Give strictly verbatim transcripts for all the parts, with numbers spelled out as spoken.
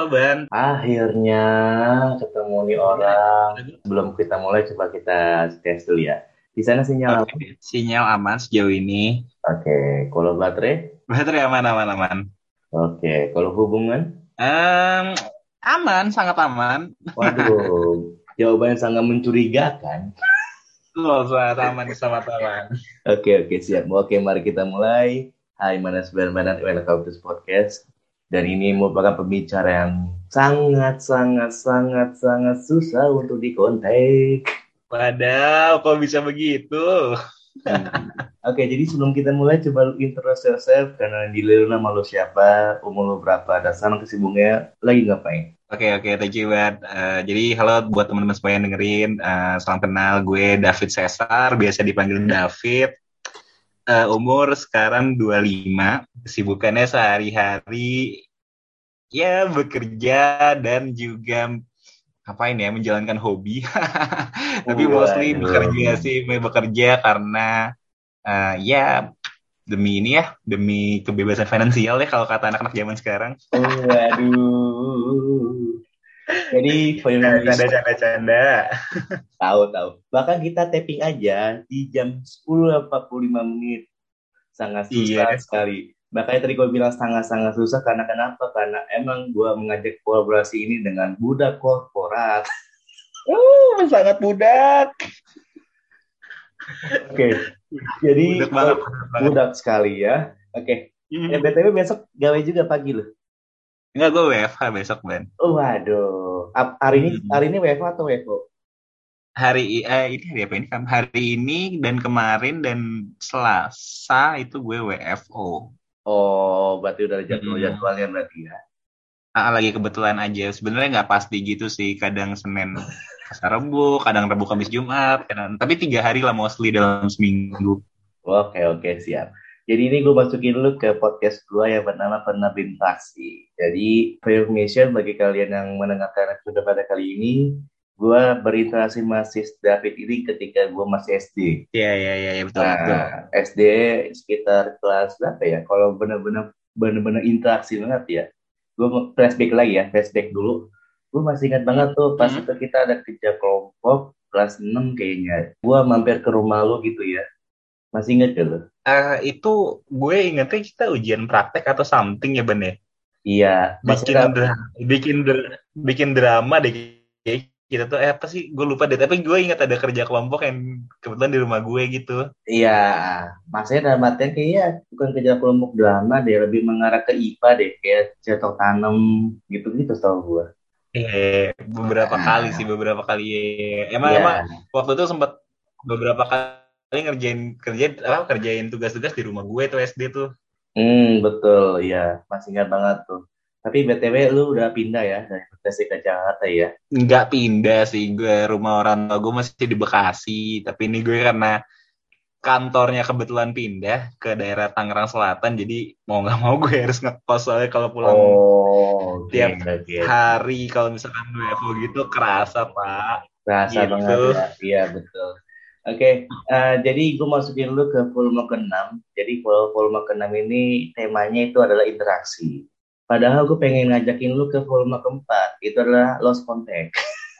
Ban. Akhirnya ketemu nih Gimana? orang. Sebelum kita mulai, coba kita tes dulu ya. Di sana sinyal Oke, apa? sinyal aman sejauh ini. Oke, kalau baterai? Baterai aman, aman, aman. Oke, kalau hubungan? Em, Aman, sangat aman. Waduh, jawabannya sangat mencurigakan. Loh, sangat aman, sangat aman. Oke, oke, siap. Oke, mari kita mulai. Hai, mana sembilan Banan, welcome to this podcast. Dan ini merupakan pembicara yang sangat, sangat, sangat, sangat susah untuk dikontak. Padahal, kok bisa begitu? Hmm. Oke, jadi sebelum kita mulai, coba lu introduce yourself, karena di lu nama lu siapa, umur lu berapa, dan sekarang kesibukannya lagi ngapain? Oke, oke, thank you, Ban. Eh, jadi, halo buat teman-teman semua yang dengerin. Eh, salam kenal, gue David Cesar, biasa dipanggil David. Eh, umur sekarang dua puluh lima. Kesibukannya sehari-hari ya bekerja dan juga ngapain ya menjalankan hobi. Tapi mostly Waduh. bekerja sih, bekerja karena uh, ya demi ini ya, demi kebebasan finansial ya kalau kata anak-anak zaman sekarang. Waduh. Jadi, for your Canda, canda, information, canda, canda. tahu-tahu. Bahkan kita tapping aja di jam sepuluh empat puluh lima menit. Sangat Iya, susah sekali. Makanya tadi gue bilang sangat-sangat susah, karena kenapa? Karena emang gue mengajak kolaborasi ini dengan budak korporat. uh, sangat budak. Oke, jadi Budak oh, banget, budak banget. budak sekali ya. Oke. Eh, Hmm. B T W besok gawe juga pagi loh. Enggak, gue W F H besok, Ben. Oh, waduh. Ap- hari ini Hmm. hari ini W F H atau W F O? Hari i- eh, ini hari apa ini? Hari ini dan kemarin dan Selasa itu gue W F O. Oh, berarti udah ada jadwal Hmm. jadwalnya berarti ya. Ah, lagi kebetulan aja. Sebenarnya nggak pasti gitu sih. Kadang Senin Selasa Rabu, kadang Rabu Kamis Jumat, kadang tapi tiga hari lah mostly dalam seminggu. Oke, oke, siap. Jadi ini gue masukin dulu ke podcast gue yang bernama Pernah Bintasi. Jadi, for your information bagi kalian yang mendengarkan episode pada kali ini, gue berinteraksi masih David ini ketika gue masih S D. Iya, iya, iya, ya, betul, betul. Nah, S D sekitar kelas berapa ya? Kalau benar-benar benar-benar interaksi banget ya. Gue flashback lagi ya, flashback dulu. Gue masih ingat banget tuh pas Hmm. itu kita ada kerja kelompok kelas enam kayaknya. Gue mampir ke rumah lo gitu ya. Masih ingat gak lo? Eh, itu gue ingetnya kita ujian praktek atau something ya, Ben ya? Iya, Bikin maksudnya dra- bikin dra- bikin drama deh kayak kita tuh eh apa sih? Gue lupa deh. Tapi gue ingat ada kerja kelompok yang kebetulan di rumah gue gitu. iya, maksudnya dalam artian kayaknya bukan kerja kelompok drama deh, lebih mengarah ke I P A deh, kayak cocok tanam gitu-gitu tau gue. Eh, beberapa kali sih, Nah, beberapa kali. Emang emang iya. waktu itu sempat beberapa kali ngerjain kerjain apa kerjain tugas-tugas di rumah gue tuh S D tuh. Hmm, betul, ya, masih ingat banget tuh. Tapi B T W lu udah pindah ya dari Bekasi ke Jakarta ya. Nggak pindah sih gue, rumah orang tua gue masih di Bekasi, tapi ini gue karena kantornya kebetulan pindah ke daerah Tangerang Selatan, jadi mau nggak mau gue harus ngekos soalnya kalau pulang Oh, oke, tiap oke, oke. hari kalau misalkan W F O gitu kerasa Pak Rasa gitu. banget ya, iya betul. Oke, eh, jadi gue masukin dulu ke volume keenam. Jadi vol- volume keenam ini temanya itu adalah interaksi. Padahal gue pengen ngajakin lu ke volume keempat, itu adalah lost contact.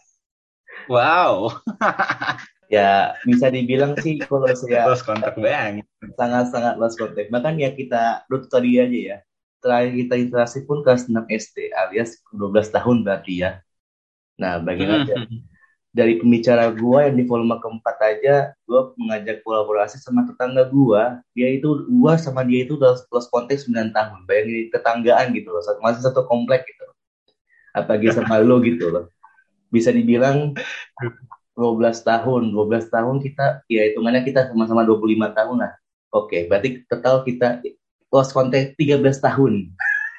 Wow, Ya, bisa dibilang sih kalau saya terus kontak banget. sangat-sangat lost contact. Bahkan ya kita rute tadi aja ya. Terakhir kita interaksi pun kelas enam S D alias dua belas tahun berarti ya. Nah, bayangin aja. Dari pembicara gua yang di volume keempat aja, gua mengajak kolaborasi sama tetangga gua. Dia itu, gua sama dia itu udah lost contact sembilan tahun. Bayangin tetanggaan gitu loh. Masih satu komplek gitu. Apalagi sama lo gitu loh. Bisa dibilang dua belas tahun. Dua belas tahun kita, ya hitungannya kita sama-sama dua puluh lima tahun lah. Oke, berarti total kita lost contact tiga belas tahun.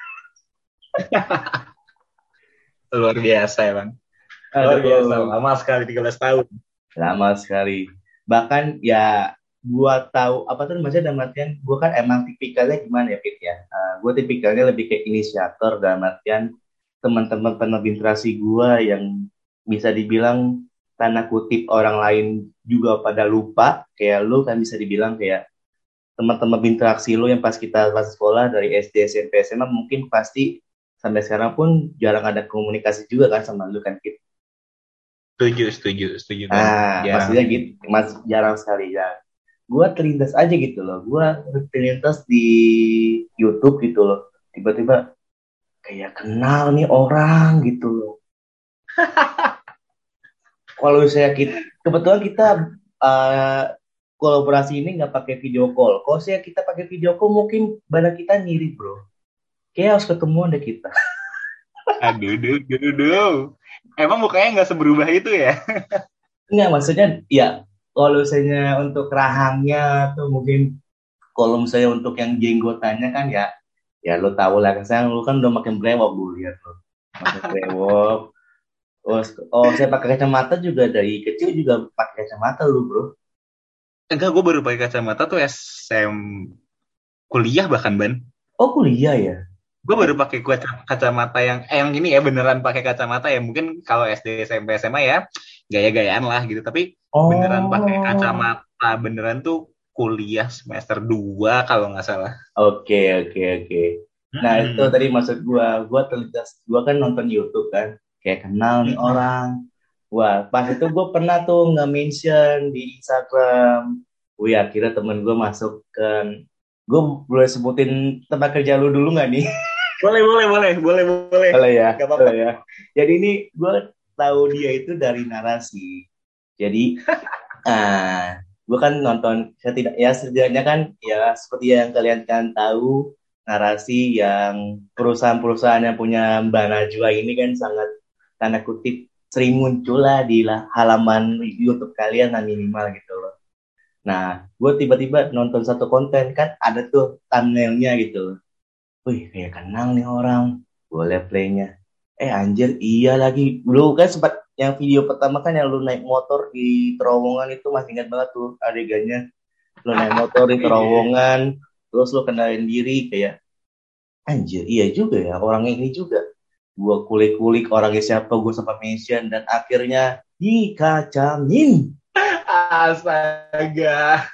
Luar biasa emang. Luar biasa, Aduh, lama sekali tiga belas tahun. lama sekali. Bahkan ya gua tahu apa tuh maksudnya dalam artian gua kan emang tipikalnya gimana ya Fit ya. Uh, gua tipikalnya lebih kayak inisiator dalam artian teman-teman penerbintrasi gua yang bisa dibilang tanda kutip orang lain juga pada lupa kayak lu kan bisa dibilang kayak teman-teman berinteraksi lu yang pas kita pas sekolah dari S D S M P S M A mungkin pasti sampai sekarang pun jarang ada komunikasi juga kan sama lu kan Kit. Setuju, setuju, setuju Ben. Nah, Jarang. maksudnya gitu, mas jarang sekali ya. Gue terlintas aja gitu loh. Gue terlintas di YouTube gitu loh. Tiba-tiba kayak kenal nih orang gitu loh. Kalau saya kita, kebetulan kita uh, kolaborasi ini nggak pakai video call. Kalau saya kita pakai video call mungkin badan kita mirip bro. Kayak harus ketemuan deh kita. Aduh, duh, duh, duh. Emang mukanya nggak seberubah itu ya? Enggak, maksudnya ya kalau misalnya untuk rahangnya tuh mungkin kalau misalnya untuk yang jenggotannya kan ya ya lo tau lah kan lu kan udah makin brewok gue lihat lo makin brewok. Oh, oh saya pakai kacamata juga dari kecil juga pakai kacamata lu bro. Enggak, gue baru pakai kacamata tuh S M kuliah bahkan Ban. Oh kuliah ya. Gue baru pakai kaca- kacamata yang eh, yang ini ya beneran pakai kacamata ya. Mungkin kalau S D, S M P, S M A ya gaya-gayaan lah gitu. Tapi beneran pakai Oh kacamata beneran tuh kuliah semester dua kalau nggak salah. oke oke oke. Nah itu Hmm. tadi maksud gua gua terlintas gua kan nonton YouTube kan kayak kenal nih Hmm. orang. Wah pas itu gua pernah tuh nge-mention di Instagram. Wih akhirnya temen gua masuk kan. Gue boleh sebutin tempat kerja lu dulu nggak nih? Boleh, boleh, boleh, boleh, boleh. Boleh ya, Gak apa-apa. boleh ya. Jadi ini gue tahu dia itu dari narasi. Jadi, ah, gue kan nonton, saya tidak ya setidaknya kan ya seperti yang kalian kan tahu narasi yang perusahaan-perusahaan yang punya Mbak Najwa ini kan sangat tanda kutip sering muncul lah di lah- halaman YouTube kalian lah minimal gitu loh. Nah, gue tiba-tiba nonton satu konten kan ada tuh thumbnailnya gitu loh. Wih, kayak kenal nih orang. Boleh playnya. Eh anjir, iya lagi. Lu kan sempat yang video pertama kan yang lu naik motor di terowongan itu masih ingat banget tuh adegannya. Lu naik motor di Iya. terowongan, terus lu kenalin diri kayak anjir, iya juga ya orangnya ini juga. Gua kulik-kulik orangnya siapa, gue sempat mention dan akhirnya dikacangin. Astaga.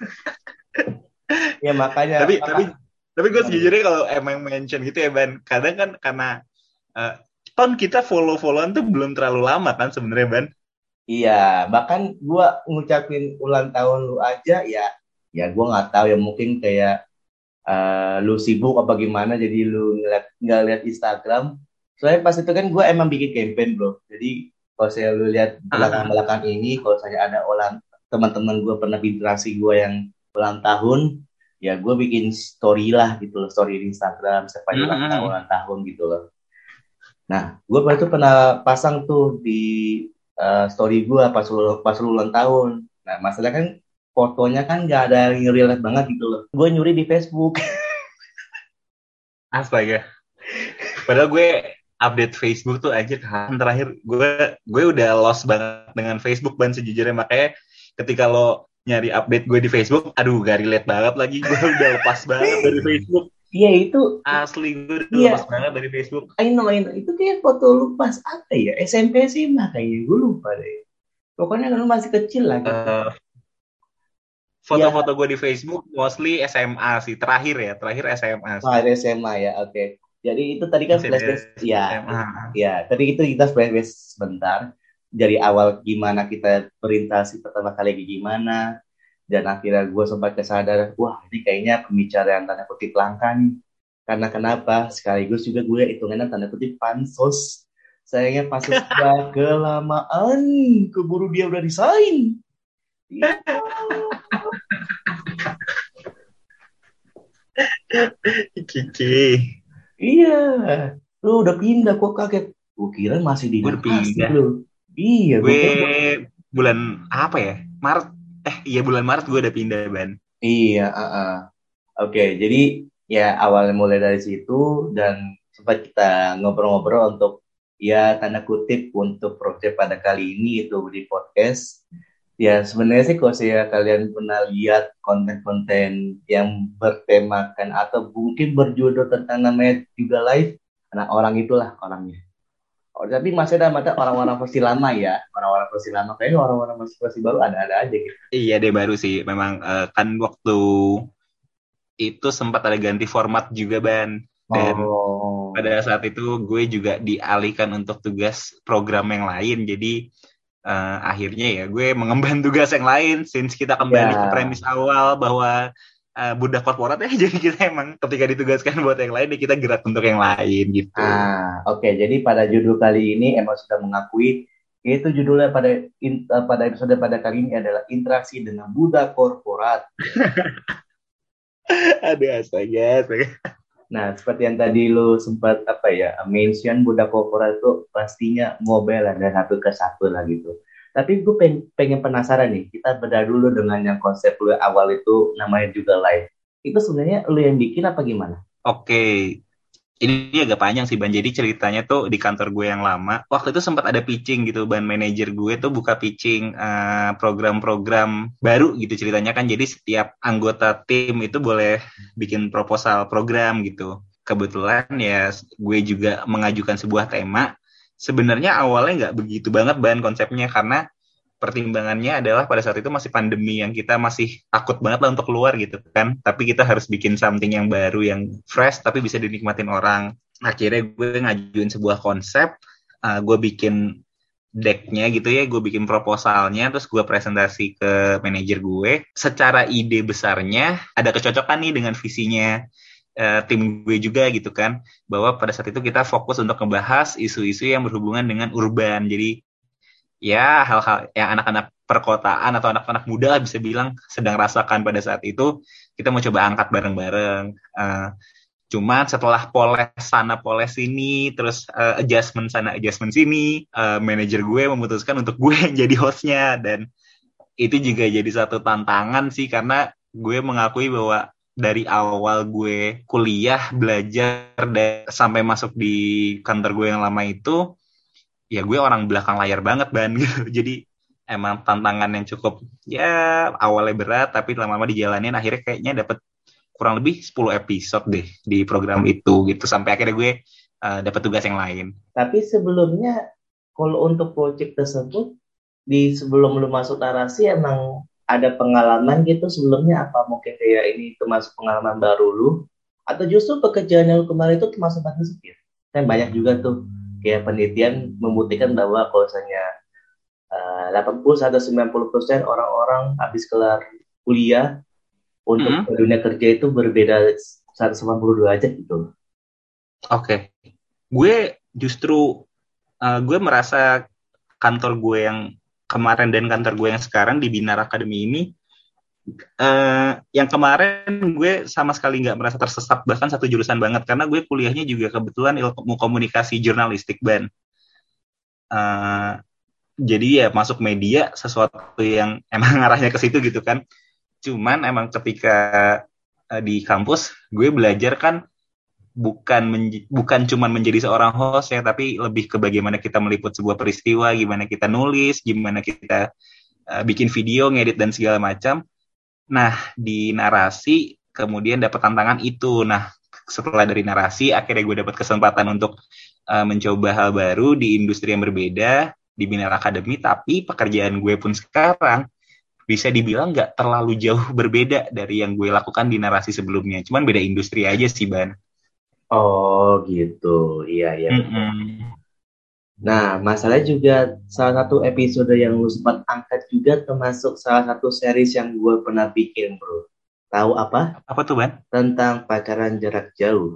Ya makanya, Tapi maka, tapi tapi gue gimana nih? sejujurnya kalau emang mention gitu ya Ban, kadang kan karena uh, kan kita follow-followan tuh belum terlalu lama kan sebenarnya Ban. Iya, bahkan gua ngucapin ulang tahun lu aja ya, ya gua nggak tahu ya mungkin kayak eh, lu sibuk apa gimana jadi lu ngeliat nggak lihat Instagram. Soalnya pas itu kan gue emang bikin campaign bro. Jadi kalau saya lu lihat belakang-belakang ini, kalau saya ada ulang teman-teman gue pernah interaksi gue yang ulang tahun, ya gue bikin story lah gitu loh, story di Instagram siapa yang ulang tahun, ulang tahun gitu loh. Nah, gue waktu itu pernah pasang tuh di eh, story gue pas lu pas lu ulang tahun. Nah, masalah kan fotonya kan nggak ada yang relate banget gitu loh. Gue nyuri di Facebook. Astaga. Padahal gue update Facebook tuh aja kan terakhir gue gue udah lost banget dengan Facebook ban sejujurnya makanya ketika lo nyari update gue di Facebook, aduh gak relate banget lagi gue udah lepas banget dari Facebook. Iya itu, Asli gue udah iya, lepas banget dari Facebook. I know, I know. Itu kayak foto lu pas apa ya? S M P sih mah kayaknya gue lupa deh. Pokoknya kan lu masih kecil lah gitu. Uh, Iya, foto-foto gue di Facebook mostly S M A sih terakhir ya terakhir S M A oh, sih ada S M A ya, oke. Jadi itu tadi kan masih di flashback, ya, S M A. ya. Tadi itu kita flashback sebentar dari awal gimana kita berinteraksi pertama kali kayak gimana, dan akhirnya gue sempat kesadaran, wah ini kayaknya pembicaraan tanda kutip langka nih. Karena kenapa? Sekaligus juga gue hitungannya tanda kutip pansos. Sayangnya pansos gue kelamaan, keburu dia udah resign. Iya, Cici iya. Lu udah pindah kok kaget. Gue kira masih di gue udah narasi pindah lu. Iya, gue gue kira. bulan apa ya Maret eh iya bulan Maret gue udah pindah ban. Iya, uh-uh. Oke, jadi ya awalnya mulai dari situ dan sempat kita ngobrol-ngobrol untuk ya tanda kutip untuk project pada kali ini itu di podcast. Ya sebenarnya sih kalau saya kalian pernah lihat konten-konten yang bertemakan atau mungkin berjudul tentang namanya juga live, nah orang itulah orangnya. Oh, tapi masih ada mata orang-orang versi lama ya, orang-orang versi lama kayaknya orang-orang versi versi baru ada-ada aja gitu. Iya deh baru sih memang uh, kan waktu itu sempat ada ganti format juga ban dan Oh, pada saat itu gue juga dialihkan untuk tugas program yang lain. Jadi uh, akhirnya ya gue mengemban tugas yang lain. Since kita kembali ke Ya. premis awal bahwa uh, budak korporat ya, jadi kita emang ketika ditugaskan buat yang lain, ya kita gerak untuk yang lain gitu. Ah, oke. Jadi pada judul kali ini emang sudah mengakui, yaitu judulnya pada in- eh, pada episode pada kali ini adalah interaksi dengan budak korporat. Aduh, astaga, astaga. Nah, seperti yang tadi lu sempat apa ya, mention budak korporat itu pastinya mobile lah dan satu ke satu lah gitu. Tapi gue pengen, pengen penasaran nih, kita bedah dulu dengan yang konsep lu awal itu namanya juga live. Itu sebenarnya lu yang bikin apa gimana? Oke, ini agak panjang sih Ban. Jadi ceritanya tuh di kantor gue yang lama, waktu itu sempat ada pitching gitu. Ban manajer gue tuh buka pitching uh, program-program baru gitu ceritanya kan. Jadi setiap anggota tim itu boleh bikin proposal program gitu. Kebetulan ya gue juga mengajukan sebuah tema. Sebenarnya awalnya nggak begitu banget Ban konsepnya karena pertimbangannya adalah pada saat itu masih pandemi yang kita masih takut banget lah untuk keluar gitu kan. Tapi kita harus bikin something yang baru, yang fresh, tapi bisa dinikmatin orang. Akhirnya gue ngajuin sebuah konsep, uh, gue bikin decknya gitu ya, gue bikin proposalnya, terus gue presentasi ke manajer gue. Secara ide besarnya ada kecocokan nih dengan visinya uh, tim gue juga gitu kan, bahwa pada saat itu kita fokus untuk membahas isu-isu yang berhubungan dengan urban. Jadi ya hal-hal yang anak-anak perkotaan atau anak-anak muda lah bisa bilang sedang rasakan pada saat itu kita mau coba angkat bareng-bareng. Uh, cuman setelah poles sana poles sini terus uh, adjustment sana adjustment sini, uh, manajer gue memutuskan untuk gue yang jadi hostnya dan itu juga jadi satu tantangan sih karena gue mengakui bahwa dari awal gue kuliah belajar dan sampai masuk di kantor gue yang lama itu ya gue orang belakang layar banget Ban gitu. Jadi emang tantangan yang cukup ya awalnya berat tapi lama-lama dijalanin akhirnya kayaknya dapat kurang lebih sepuluh episode deh di program itu gitu sampai akhirnya gue uh, dapat tugas yang lain. Tapi sebelumnya, kalau untuk proyek tersebut, di sebelum lu masuk narasi emang ada pengalaman gitu sebelumnya apa mungkin kayak ini termasuk pengalaman baru lu atau justru pekerjaan yang lu kemarin itu termasuk bantu setir kan banyak juga tuh kayak penelitian membuktikan bahwa kalau misalnya uh, delapan puluh sampai sembilan puluh persen orang-orang habis kelar kuliah untuk Mm-hmm. ke dunia kerja itu berbeda seratus delapan puluh derajat gitu. Oke, okay. Gue justru uh, gue merasa kantor gue yang kemarin dan kantor gue yang sekarang di Binar Academy ini uh, yang kemarin gue sama sekali nggak merasa tersesat bahkan satu jurusan banget karena gue kuliahnya juga kebetulan ilmu komunikasi jurnalistik Ban. Uh, jadi ya masuk media sesuatu yang emang arahnya ke situ gitu kan. Cuman emang ketika uh, di kampus gue belajar kan bukan menj- bukan cuma menjadi seorang host ya tapi lebih ke bagaimana kita meliput sebuah peristiwa, gimana kita nulis, gimana kita uh, bikin video, ngedit dan segala macam. Nah, di narasi kemudian dapat tantangan itu. Nah, setelah dari narasi akhirnya gue dapat kesempatan untuk uh, mencoba hal baru di industri yang berbeda di Binar Academy, tapi pekerjaan gue pun sekarang bisa dibilang nggak terlalu jauh berbeda dari yang gue lakukan di narasi sebelumnya. Cuman beda industri aja sih, Ban. Oh gitu, iya iya betul. Mm-mm. Nah, masalahnya juga salah satu episode yang lu sempat angkat juga termasuk salah satu series yang gue pernah bikin, bro. Tahu apa? Apa tuh, Ban? Tentang pacaran jarak jauh.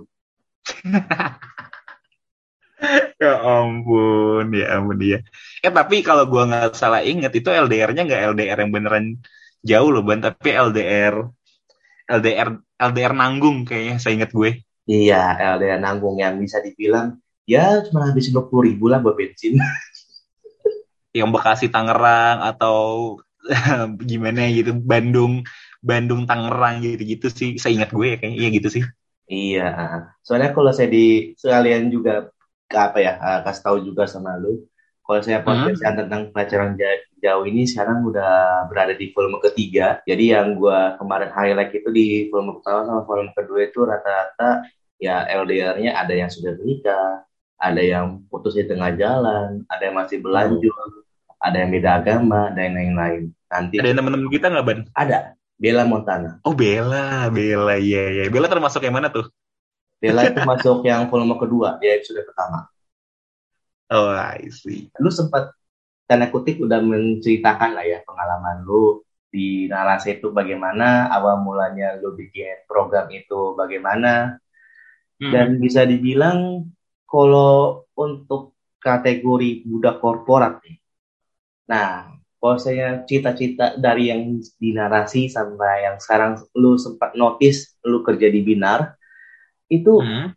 Ya ampun, ya ampun dia. Eh tapi kalau gua nggak salah inget itu L D R-nya nggak L D R yang beneran jauh loh, Ban. Tapi L D R, L D R, L D R nanggung kayaknya. Saya ingat gue. Iya, L D R nanggung yang bisa dibilang ya cuma habis dua puluh ribu lah buat bensin. Yang Bekasi Tangerang atau gimana gitu, Bandung, Bandung Tangerang gitu-gitu sih. Saya ingat gue ya kayaknya iya gitu sih. Iya, soalnya kalau saya di sekalian juga ke apa ya, eh, kasih tahu juga sama lu. Kalau saya podcast Hmm. yang tentang pacaran ja- jauh ini sekarang udah berada di volume ketiga. Jadi yang gua kemarin highlight itu di volume pertama sama volume kedua itu rata-rata ya L D R-nya ada yang sudah menikah, ada yang putus di tengah jalan, ada yang masih Oh. berlanjut, ada yang beda agama, dan yang lain-lain. Nanti Ada yang temen-temen kita nggak, Ban? ada Bella Montana. Oh, Bella, Bella, iya, iya. Bella termasuk yang mana tuh? Bella itu masuk yang volume kedua, di episode pertama. Oh, I see. Lu sempat tanda kutip udah menceritakan lah ya pengalaman lu di narasi itu bagaimana, awal mulanya lu bikin program itu bagaimana, dan Hmm. bisa dibilang kalau untuk kategori budak korporat nih. Nah, kalau saya cita-cita dari yang di narasi sampai yang sekarang lu sempat notice lu kerja di Binar, itu Hmm.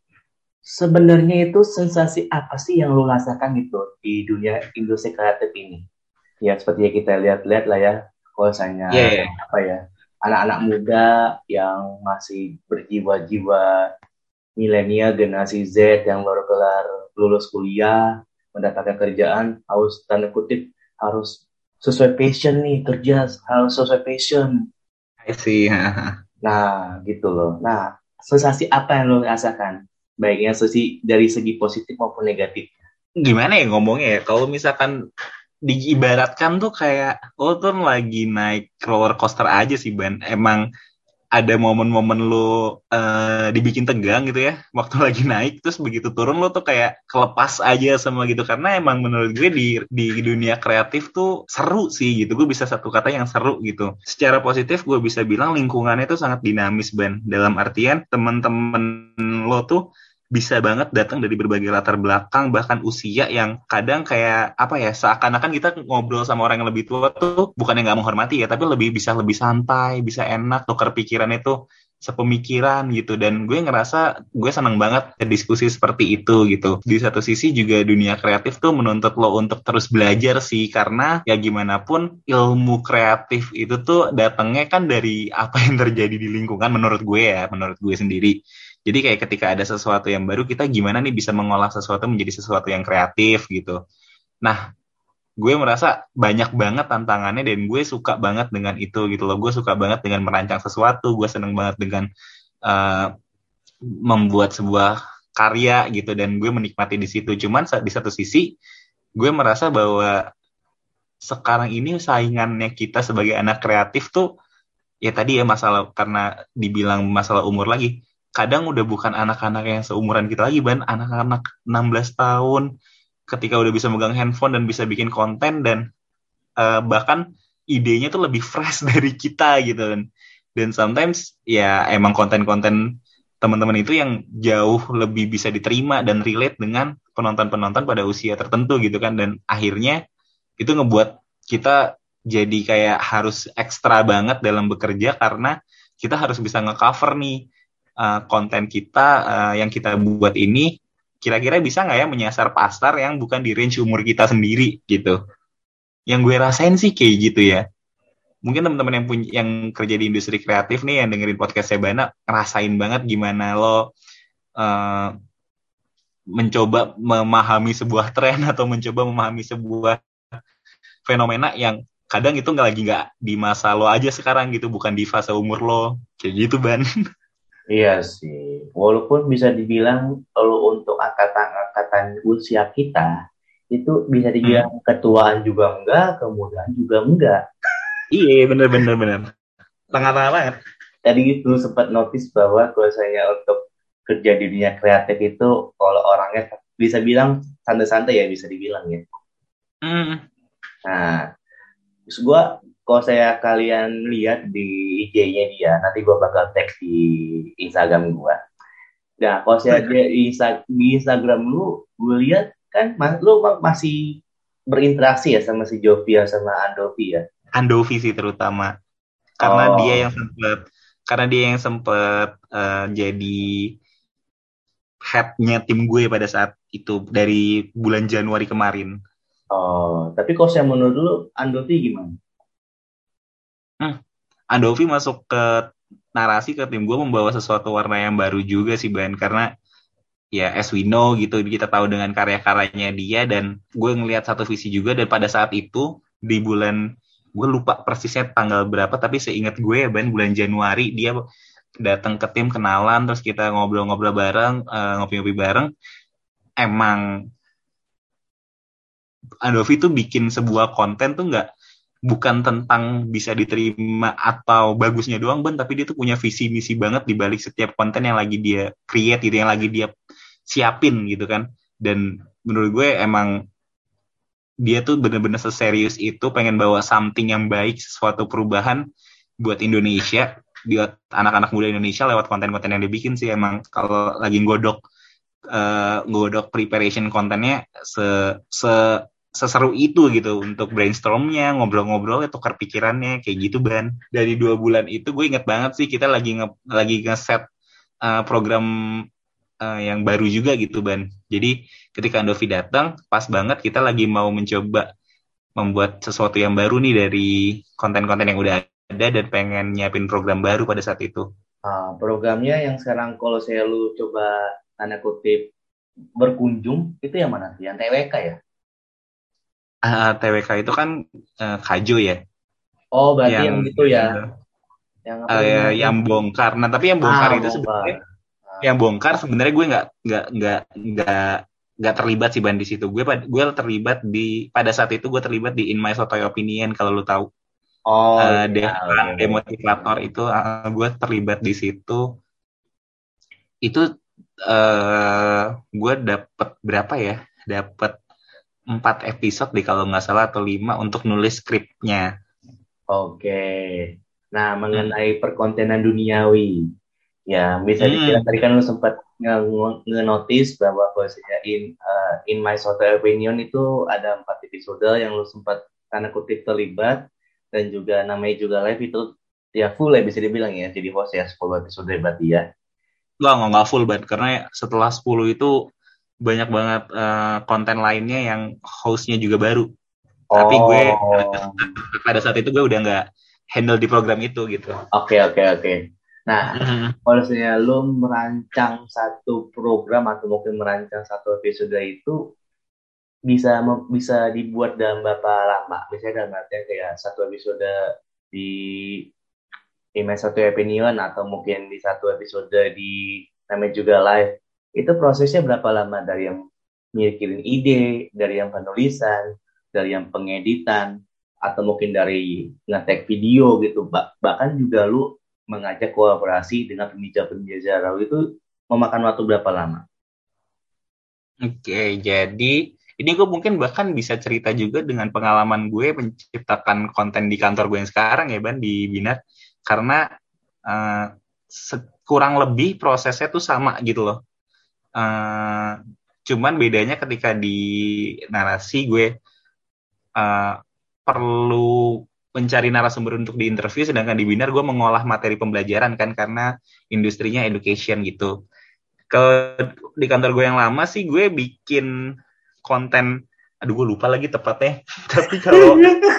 sebenarnya itu sensasi apa sih yang lu rasakan gitu di dunia industri kreatif ini? Ya seperti yang kita lihat-lihat lah ya, kalau misalnya Iya, yeah. apa ya, anak-anak muda yang masih berjiwa-jiwa milenial generasi Z yang baru kelar lulus kuliah, mendapatkan kerjaan, harus tanda kutip harus sesuai passion nih kerja, harus sesuai passion. I see. Nah, gitu loh. Nah, sensasi apa yang lo rasakan? Baiknya sesi dari segi positif maupun negatif. Gimana ya ngomongnya ya? Kalau misalkan diibaratkan tuh kayak lo tuh lagi naik roller coaster aja sih Ban. Emang ada momen-momen lo uh, dibikin tegang gitu ya waktu lagi naik, terus begitu turun lo tuh kayak kelepas aja sama gitu, karena emang menurut gue di di dunia kreatif tuh seru sih gitu. Gue bisa satu kata yang seru gitu. Secara positif gue bisa bilang lingkungannya tuh sangat dinamis Ban, dalam artian teman-teman lo tuh bisa banget datang dari berbagai latar belakang, bahkan usia yang kadang kayak apa ya, seakan-akan kita ngobrol sama orang yang lebih tua tuh bukan yang nggak menghormati ya, tapi lebih bisa lebih santai, bisa enak, tukar pikiran itu sepemikiran gitu. Dan gue ngerasa gue seneng banget diskusi seperti itu gitu. Di satu sisi juga dunia kreatif tuh menuntut lo untuk terus belajar sih, karena ya gimana pun ilmu kreatif itu tuh datangnya kan dari apa yang terjadi di lingkungan, menurut gue ya, menurut gue sendiri. Jadi kayak ketika ada sesuatu yang baru, kita gimana nih bisa mengolah sesuatu menjadi sesuatu yang kreatif gitu. Nah, gue merasa banyak banget tantangannya dan gue suka banget dengan itu gitu loh. Gue suka banget dengan merancang sesuatu, gue seneng banget dengan uh, membuat sebuah karya gitu, dan gue menikmati di situ. Cuman di satu sisi, gue merasa bahwa sekarang ini saingannya kita sebagai anak kreatif tuh, ya tadi ya masalah, karena dibilang masalah umur lagi, kadang udah bukan anak-anak yang seumuran kita lagi, Ban. Anak-anak enam belas tahun ketika udah bisa megang handphone dan bisa bikin konten, dan uh, bahkan idenya tuh lebih fresh dari kita gitu kan. Dan sometimes ya emang konten-konten teman-teman itu yang jauh lebih bisa diterima dan relate dengan penonton-penonton pada usia tertentu gitu kan. Dan akhirnya itu ngebuat kita jadi kayak harus ekstra banget dalam bekerja, karena kita harus bisa ngecover nih uh, konten kita uh, yang kita buat ini kira-kira bisa nggak ya menyasar pasar yang bukan di range umur kita sendiri gitu. Yang gue rasain sih kayak gitu ya. Mungkin teman-teman yang punya yang kerja di industri kreatif nih yang dengerin podcast Sebana ngerasain banget gimana lo uh, mencoba memahami sebuah tren atau mencoba memahami sebuah fenomena yang kadang itu nggak lagi nggak di masa lo aja sekarang gitu, bukan di fase umur lo kayak gitu Ban. Iya sih, walaupun bisa dibilang kalau untuk angkatan-angkatan usia kita, itu bisa Hmm. dibilang ketuaan juga enggak, kemudaan juga enggak. Iya bener-bener bener. Tengah-tengah banget. Tadi itu sempat notice bahwa kalau saya untuk kerja di dunia kreatif itu, kalau orangnya bisa bilang santai-santai ya, bisa dibilang ya. Hmm. Nah, terus gue, kalau saya kalian lihat di I G-nya dia, nanti gue bakal tag di Instagram gue. Nah, kalau saya lihat di, Insta- di Instagram lu, gue lihat kan, mas, lu masih berinteraksi ya sama si Jovia sama Andovi ya. Andovi sih terutama, karena dia Oh, yang sempet karena dia yang sempet uh, jadi headnya tim gue pada saat itu dari bulan Januari kemarin. oh, tapi kalau saya menurut lu, Andovi gimana? Hmm. Andovi masuk ke narasi ke tim gue membawa sesuatu warna yang baru juga sih Ban, karena ya as we know gitu, kita tahu dengan karya-karyanya dia, dan gue ngelihat satu visi juga. Dan pada saat itu di bulan, gue lupa persisnya tanggal berapa, tapi seingat gue ya Ban, bulan Januari dia datang ke tim, kenalan, terus kita ngobrol-ngobrol bareng, uh, ngopi-ngopi bareng. Emang Andovi tuh bikin sebuah konten tuh nggak bukan tentang bisa diterima atau bagusnya doang Ben, tapi dia tuh punya visi misi banget di balik setiap konten yang lagi dia create gitu, yang lagi dia siapin gitu kan. Dan menurut gue emang dia tuh bener-bener seserius itu pengen bawa something yang baik, sesuatu perubahan buat Indonesia, buat anak-anak muda Indonesia lewat konten-konten yang dibikin sih. Emang kalau lagi nggodok uh, nggodok preparation kontennya se, se seseru itu gitu untuk brainstormnya, ngobrol-ngobrol, tukar pikirannya kayak gitu Ban. Dari dua bulan itu gue inget banget sih kita lagi nge, lagi nge-set uh, program uh, yang baru juga gitu Ban. Jadi ketika Andovi datang, pas banget kita lagi mau mencoba membuat sesuatu yang baru nih dari konten-konten yang udah ada dan pengen nyiapin program baru pada saat itu. Ah, programnya yang sekarang kalau saya lu coba tanda kutip berkunjung itu yang mana? Yang T W K ya? Uh, T W K itu kan uh, Kajo ya, Oh, berarti yang yang itu ya, yang apa uh, namanya tuh? yang bongkar. Nah tapi yang bongkar Ah, itu sebenarnya, bongkar. Ah, yang bongkar sebenarnya gue nggak nggak nggak nggak nggak terlibat sih Ban di situ. Gue gue terlibat di pada saat itu gue terlibat di In My Sotoy Opinion kalau lu tahu. oh Uh, iya, Devan oke. Demotivator itu uh, gue terlibat di situ. Itu uh, gue dapet berapa ya? Dapet empat episode deh kalau nggak salah atau lima untuk nulis skripnya. Oke. Nah, Hmm. mengenai perkontenan duniawi, ya bisa dibilang Hmm. tadi kan lu sempat nge- nge-notice bahwa bahwasanya in uh, in my software opinion itu ada empat episode yang lu sempat tanda kutip terlibat dan juga namanya juga live itu ya full ya bisa dibilang ya jadi host ya sepuluh episode berarti ya. Nggak, nggak nggak full banget karena setelah sepuluh itu banyak banget uh, konten lainnya yang hostnya juga baru. Tapi gue Oh, pada saat itu gue udah nggak handle di program itu gitu. oke oke oke. Nah, Hmm. kalau misalnya lu merancang satu program atau mungkin merancang satu episode itu bisa mem- bisa dibuat dalam berapa lama? Misalnya dalam artian kayak satu episode di Image satu Opinion atau mungkin di satu episode di namanya juga live. Itu prosesnya berapa lama dari yang mikirin ide, dari yang penulisan, dari yang pengeditan, atau mungkin dari ngetek video gitu. Ba- bahkan juga lu mengajak kolaborasi dengan pembicara-pembicara itu memakan waktu berapa lama? Oke, jadi ini gue mungkin bahkan bisa cerita juga dengan pengalaman gue menciptakan konten di kantor gue yang sekarang ya Ban, di Binar. Karena uh, kurang lebih prosesnya tuh sama gitu loh. Uh, cuman bedanya ketika di narasi gue uh, perlu mencari narasumber untuk diinterview, sedangkan di Binar gue mengolah materi pembelajaran kan karena industrinya education gitu. Kalau di kantor gue yang lama sih gue bikin konten, aduh gue lupa lagi tepatnya. Tapi kalau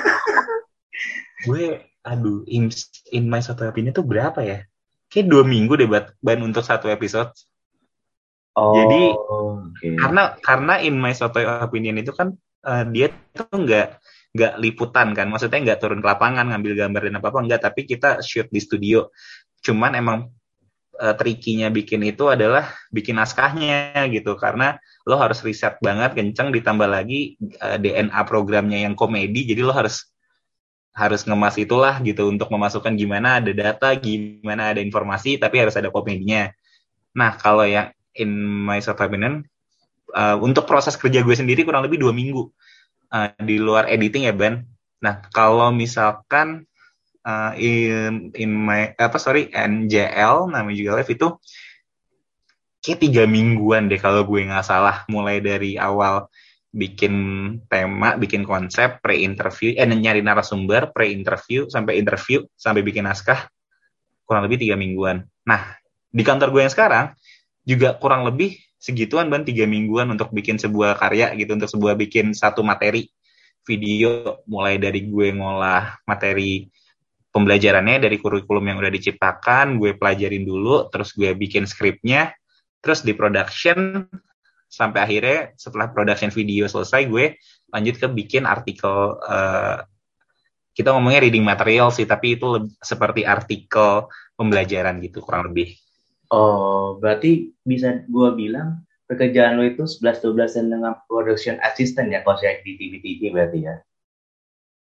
gue, aduh, in, in my satu opini tuh berapa ya? Kayak dua minggu deh buat ban untuk satu episode. Jadi Oh, oke. karena karena in my soto opinion itu kan uh, dia tuh nggak nggak liputan kan, maksudnya nggak turun ke lapangan ngambil gambar dan apa apa nggak, tapi kita shoot di studio. Cuman emang uh, trikinya bikin itu adalah bikin naskahnya gitu, karena lo harus riset banget kenceng, ditambah lagi uh, D N A programnya yang komedi, jadi lo harus harus ngemas itulah gitu untuk memasukkan gimana ada data, gimana ada informasi, tapi harus ada komedinya. Nah kalau yang in my soto opinion, uh, untuk proses kerja gue sendiri kurang lebih dua minggu uh, di luar editing ya Ben. Nah kalau misalkan uh, in in my apa sorry N J L namanya juga live itu kayak tiga mingguan deh kalau gue nggak salah, mulai dari awal bikin tema, bikin konsep, pre-interview, eh nyari narasumber, pre-interview, sampai interview, sampai bikin naskah, kurang lebih tiga mingguan. Nah, di kantor gue yang sekarang, juga kurang lebih segituan ban tiga mingguan untuk bikin sebuah karya gitu, untuk sebuah bikin satu materi video, mulai dari gue ngolah materi pembelajarannya dari kurikulum yang udah diciptakan, gue pelajarin dulu, terus gue bikin skripnya, terus di production, sampai akhirnya setelah production video selesai gue lanjut ke bikin artikel, uh, kita ngomongnya reading material sih, tapi itu lebih seperti artikel pembelajaran gitu kurang lebih. Oh, berarti bisa gue bilang pekerjaan lo itu sebelas dua belas dengan production assistant ya kalau saya di T V T V berarti ya.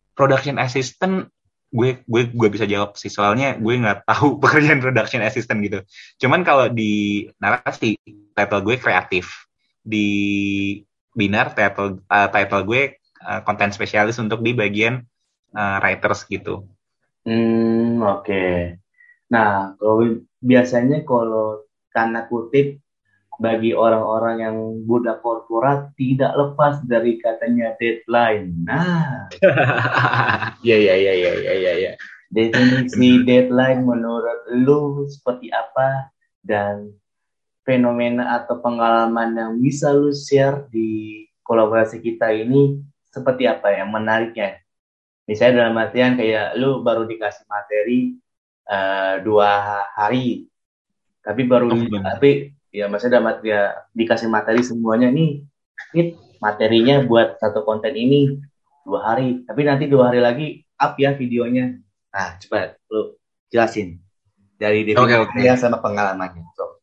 production assistant gue gue gue bisa jawab sih, soalnya gue nggak tahu pekerjaan production assistant gitu. Cuman kalau di narasi title gue kreatif, di Binar title uh, title gue uh, content spesialis untuk di bagian uh, writers gitu. Hmm, oke. Okay. Nah, kalau biasanya kalau tanda kutip bagi orang-orang yang budak korporat tidak lepas dari katanya deadline. Nah, Iya iya iya iya iya iya. Ya. definisi deadline menurut lu seperti apa dan fenomena atau pengalaman yang bisa lu share di kolaborasi kita ini seperti apa yang menariknya? Misalnya dalam artian kayak lu baru dikasih materi uh, dua hari, tapi baru Oh, tapi ya maksudnya dalam arti ya, dikasih materi semuanya nih, ini materinya buat satu konten ini dua hari, tapi nanti dua hari lagi up ya videonya. Nah, coba lu jelasin dari Oke oke. definisinya sama pengalamannya. So.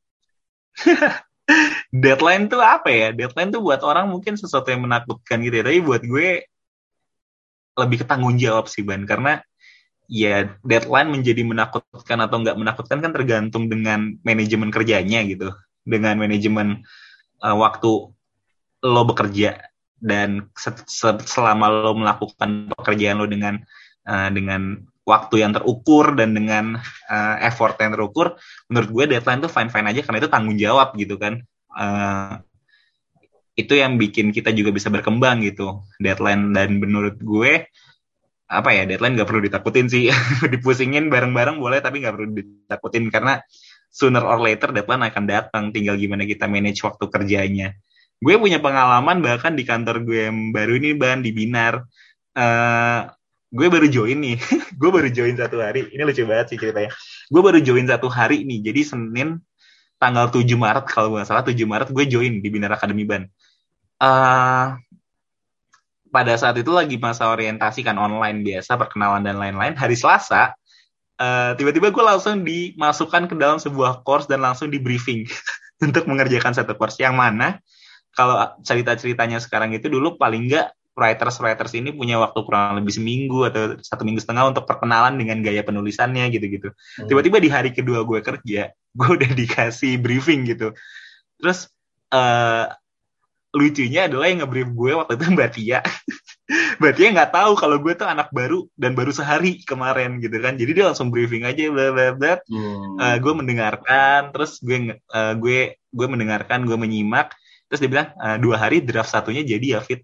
Deadline tuh apa ya? Deadline tuh buat orang mungkin sesuatu yang menakutkan gitu ya. Tapi buat gue lebih ke tanggung jawab sih, Ban. Karena ya deadline menjadi menakutkan atau nggak menakutkan kan tergantung dengan manajemen kerjanya gitu. Dengan manajemen uh, waktu lo bekerja dan se- se- selama lo melakukan pekerjaan lo dengan uh, dengan waktu yang terukur dan dengan uh, effort yang terukur, menurut gue deadline tuh fine-fine aja karena itu tanggung jawab gitu kan. Uh, itu yang bikin kita juga bisa berkembang gitu, deadline. Dan menurut gue apa ya, deadline nggak perlu ditakutin sih. Dipusingin bareng-bareng boleh tapi nggak perlu ditakutin karena sooner or later deadline akan datang, tinggal gimana kita manage waktu kerjanya. Gue punya pengalaman bahkan di kantor gue yang baru ini, Ban, di Binar. Uh, gue baru join nih. Gue baru join satu hari. Ini lucu banget sih ceritanya. Gue baru join satu hari nih. Jadi Senin tanggal tujuh Maret kalau nggak salah, tujuh Maret gue join di Binar Academy, Ban. Uh, pada saat itu lagi masa orientasi kan, online biasa, perkenalan dan lain-lain. Hari Selasa, uh, tiba-tiba gue langsung dimasukkan ke dalam sebuah course dan langsung di briefing untuk mengerjakan satu course yang mana kalau cerita-ceritanya sekarang itu dulu paling nggak writers-writers ini punya waktu kurang lebih seminggu atau satu minggu setengah untuk perkenalan dengan gaya penulisannya gitu-gitu. Hmm. Tiba-tiba di hari kedua gue kerja, gue udah dikasih briefing gitu. Terus uh, lucunya adalah yang nge-brief gue waktu itu Mbak Tia. Mbak Tia nggak tahu kalau gue tuh anak baru dan baru sehari kemarin gitu kan. Jadi dia langsung briefing aja, bla bla bla. Hmm. Uh, gue mendengarkan, terus gue uh, gue gue mendengarkan, gue menyimak. Terus dia bilang, uh, dua hari draft satunya jadi ya, Fit.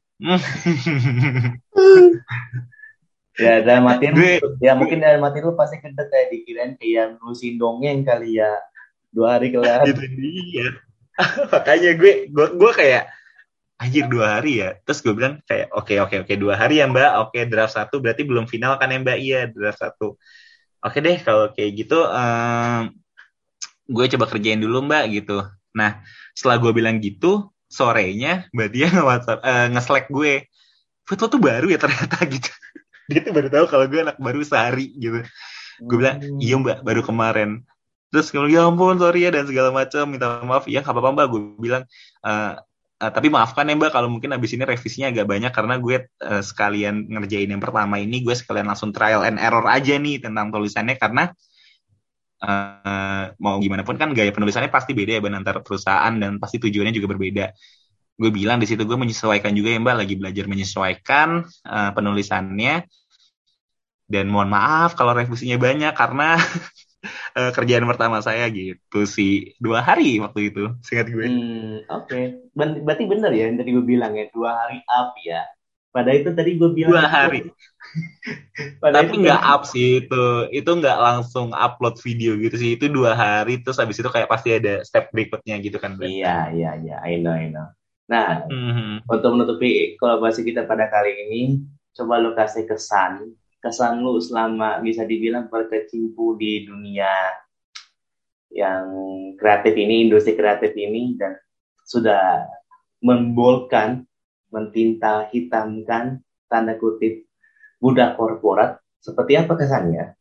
Ya dalam arti gue, ya mungkin dalam arti lu pasti kedek kayak dikirain kayak nulisin dongeng kali ya, dua hari kelar. Itu dia. Makanya gue, gue gue kayak anjir dua hari ya. Terus gue bilang kayak oke okay, oke okay, oke okay, dua hari ya Mbak. Oke okay, draft satu berarti belum final kan ya Mbak? Iya draft satu. Oke deh kalau kayak gitu, um, gue coba kerjain dulu Mbak gitu. Nah setelah gue bilang gitu, sorenya Mbak Tia nge-WhatsApp, uh, nge-Slack gue, Fit lo tuh baru ya ternyata gitu. Dia tuh baru tahu kalau gue anak baru sehari gitu. Gue bilang iya Mbak baru kemarin. Terus gue bilang ya ampun sorry ya dan segala macam, minta maaf. Ya nggak apa-apa Mbak, gue bilang uh, uh, tapi maafkan ya Mbak kalau mungkin abis ini revisinya agak banyak karena gue uh, sekalian ngerjain yang pertama ini, gue sekalian langsung trial and error aja nih tentang tulisannya karena Uh, mau gimana pun kan gaya penulisannya pasti beda ya Ben, antar perusahaan dan pasti tujuannya juga berbeda. Gue bilang di situ gue menyesuaikan juga ya Mbak, lagi belajar menyesuaikan uh, penulisannya dan mohon maaf kalau revisinya banyak karena uh, kerjaan pertama saya gitu sih. Dua hari waktu itu singkat gue. Hmm, oke, okay. Berarti benar ya yang tadi gue bilang ya, dua hari up ya. Pada itu tadi gue bilang dua hari. Tapi nggak up sih itu, itu nggak langsung upload video gitu sih. Itu dua hari terus habis itu kayak pasti ada step berikutnya gitu kan. Bro? Iya iya iya, I know I know. Nah, mm-hmm. untuk menutupi kolaborasi kita pada kali ini, coba lu kasih kesan, kesan lu selama bisa dibilang berkecimpung di dunia yang kreatif ini, industri kreatif ini, dan sudah membolkan, mentinta hitamkan, tanda kutip, budak korporat, seperti apa kesannya?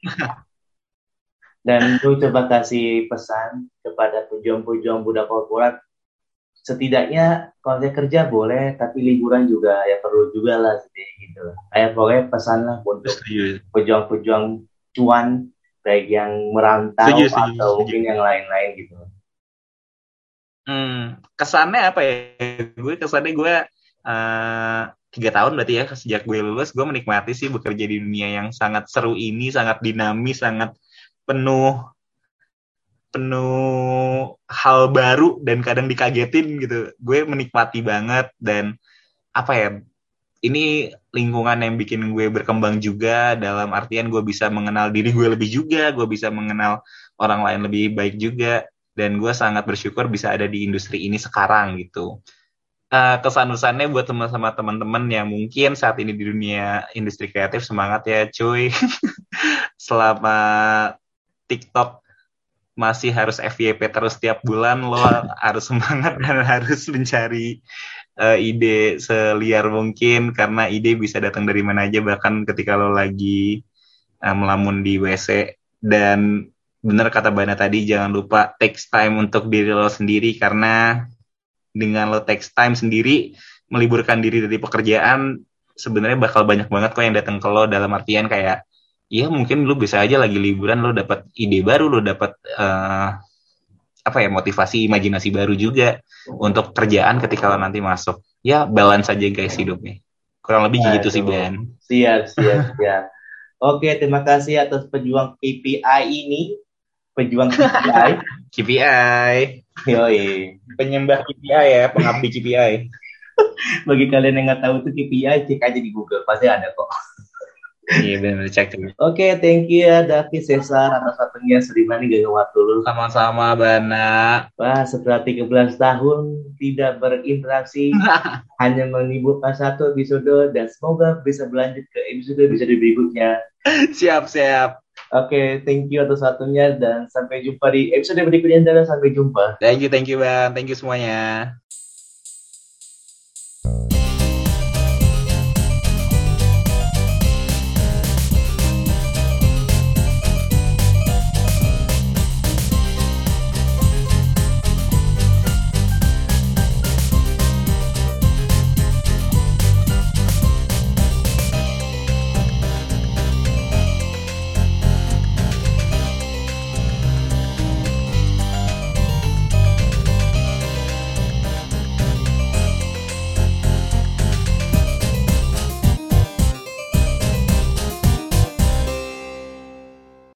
Dan lu coba kasih pesan kepada pejuang-pejuang budak korporat setidaknya kalau saya kerja boleh, tapi liburan juga ya perlu juga lah gitu. Kayak pokoknya pesan lah untuk Setuju. pejuang-pejuang cuan, baik yang merantau Setuju, setuju, atau setuju. mungkin yang lain-lain gitu. Hmm, kesannya apa ya? Gue kesannya gue uh, tiga tahun berarti ya sejak gue lulus, gue menikmati sih bekerja di dunia yang sangat seru ini, sangat dinamis, sangat penuh penuh hal baru dan kadang dikagetin gitu. Gue menikmati banget dan apa ya? Ini lingkungan yang bikin gue berkembang juga dalam artian gue bisa mengenal diri gue lebih juga, gue bisa mengenal orang lain lebih baik juga, dan gue sangat bersyukur bisa ada di industri ini sekarang gitu. Uh, kesan-kesannya buat teman-teman teman-teman yang mungkin saat ini di dunia industri kreatif, semangat ya cuy. Selama TikTok masih harus F Y P terus tiap bulan, lo harus semangat dan harus mencari uh, ide seliar mungkin, karena ide bisa datang dari mana aja, bahkan ketika lo lagi uh, melamun di W C. Dan benar kata Bana tadi, jangan lupa takes time untuk diri lo sendiri, karena dengan lo takes time sendiri meliburkan diri dari pekerjaan, sebenarnya bakal banyak banget kok yang datang ke lo, dalam artian kayak iya mungkin lu bisa aja lagi liburan lo dapat ide baru, lo dapat uh, apa ya, motivasi, imajinasi baru juga untuk kerjaan ketika lo nanti masuk. Ya balance aja guys hidupnya. Kurang lebih gitu sih Aduh, Ben. siap, siap, siap. Oke, terima kasih atas pejuang K P I ini. Pejuang K P I. K P I. Yoi. Penyembah K P I ya, pengabdi K P I. Bagi kalian yang nggak tahu itu K P I, cek aja di Google. Pasti ada kok. Iya benar, cek. Oke, okay, thank you ya David Cesar atas waktunya Srimani gak waktu lu. Sama-sama Bana. Wah, setelah tiga belas tahun tidak berinteraksi, hanya menimbulkan satu episode, dan semoga bisa berlanjut ke episode-episode berikutnya. Siap, siap. Oke, okay, thank you atas waktunya dan sampai jumpa di episode berikutnya. Dan sampai jumpa. Thank you, thank you Bang. Thank you semuanya.